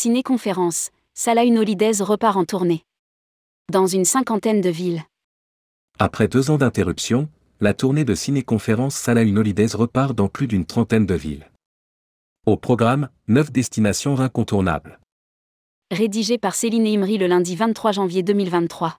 Ciné-conférence, Salah Holidays repart en tournée. Dans une cinquantaine de villes. Après 2 ans d'interruption, la tournée de ciné-conférence Salah Holidays repart dans plus d'une trentaine de villes. Au programme, 9 destinations incontournables. Rédigé par Céline Imri le lundi 23 janvier 2023.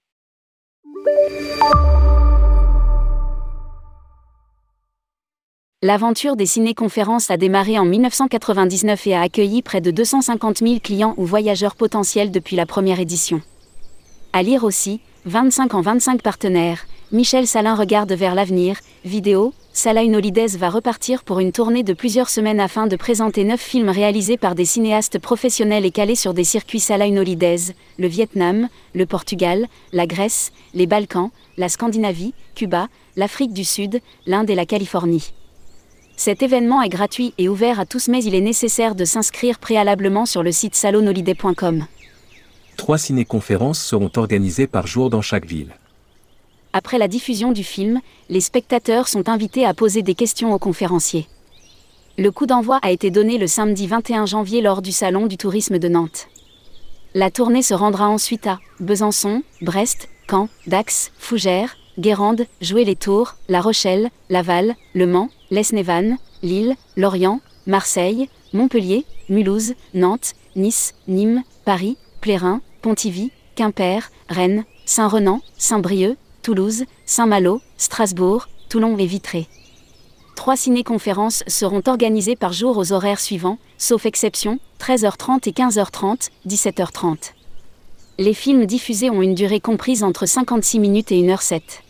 L'aventure des ciné-conférences a démarré en 1999 et a accueilli près de 250 000 clients ou voyageurs potentiels depuis la première édition. À lire aussi, 25 ans 25 partenaires, Michel Salin regarde vers l'avenir, vidéo, Salah Holidays va repartir pour une tournée de plusieurs semaines afin de présenter 9 films réalisés par des cinéastes professionnels et calés sur des circuits Salah Holidays, le Vietnam, le Portugal, la Grèce, les Balkans, la Scandinavie, Cuba, l'Afrique du Sud, l'Inde et la Californie. Cet événement est gratuit et ouvert à tous mais il est nécessaire de s'inscrire préalablement sur le site salahholidays.com. 3 ciné-conférences seront organisées par jour dans chaque ville. Après la diffusion du film, les spectateurs sont invités à poser des questions aux conférenciers. Le coup d'envoi a été donné le samedi 21 janvier lors du Salon du tourisme de Nantes. La tournée se rendra ensuite à Besançon, Brest, Caen, Dax, Fougères, Guérande, Joué-les-Tours, La Rochelle, Laval, Le Mans, Lesnevan, Lille, Lorient, Marseille, Montpellier, Mulhouse, Nantes, Nice, Nîmes, Paris, Plérin, Pontivy, Quimper, Rennes, Saint-Renan, Saint-Brieuc, Toulouse, Saint-Malo, Strasbourg, Toulon et Vitré. 3 ciné-conférences seront organisées par jour aux horaires suivants, sauf exception, 13h30 et 15h30, 17h30. Les films diffusés ont une durée comprise entre 56 minutes et 1h07.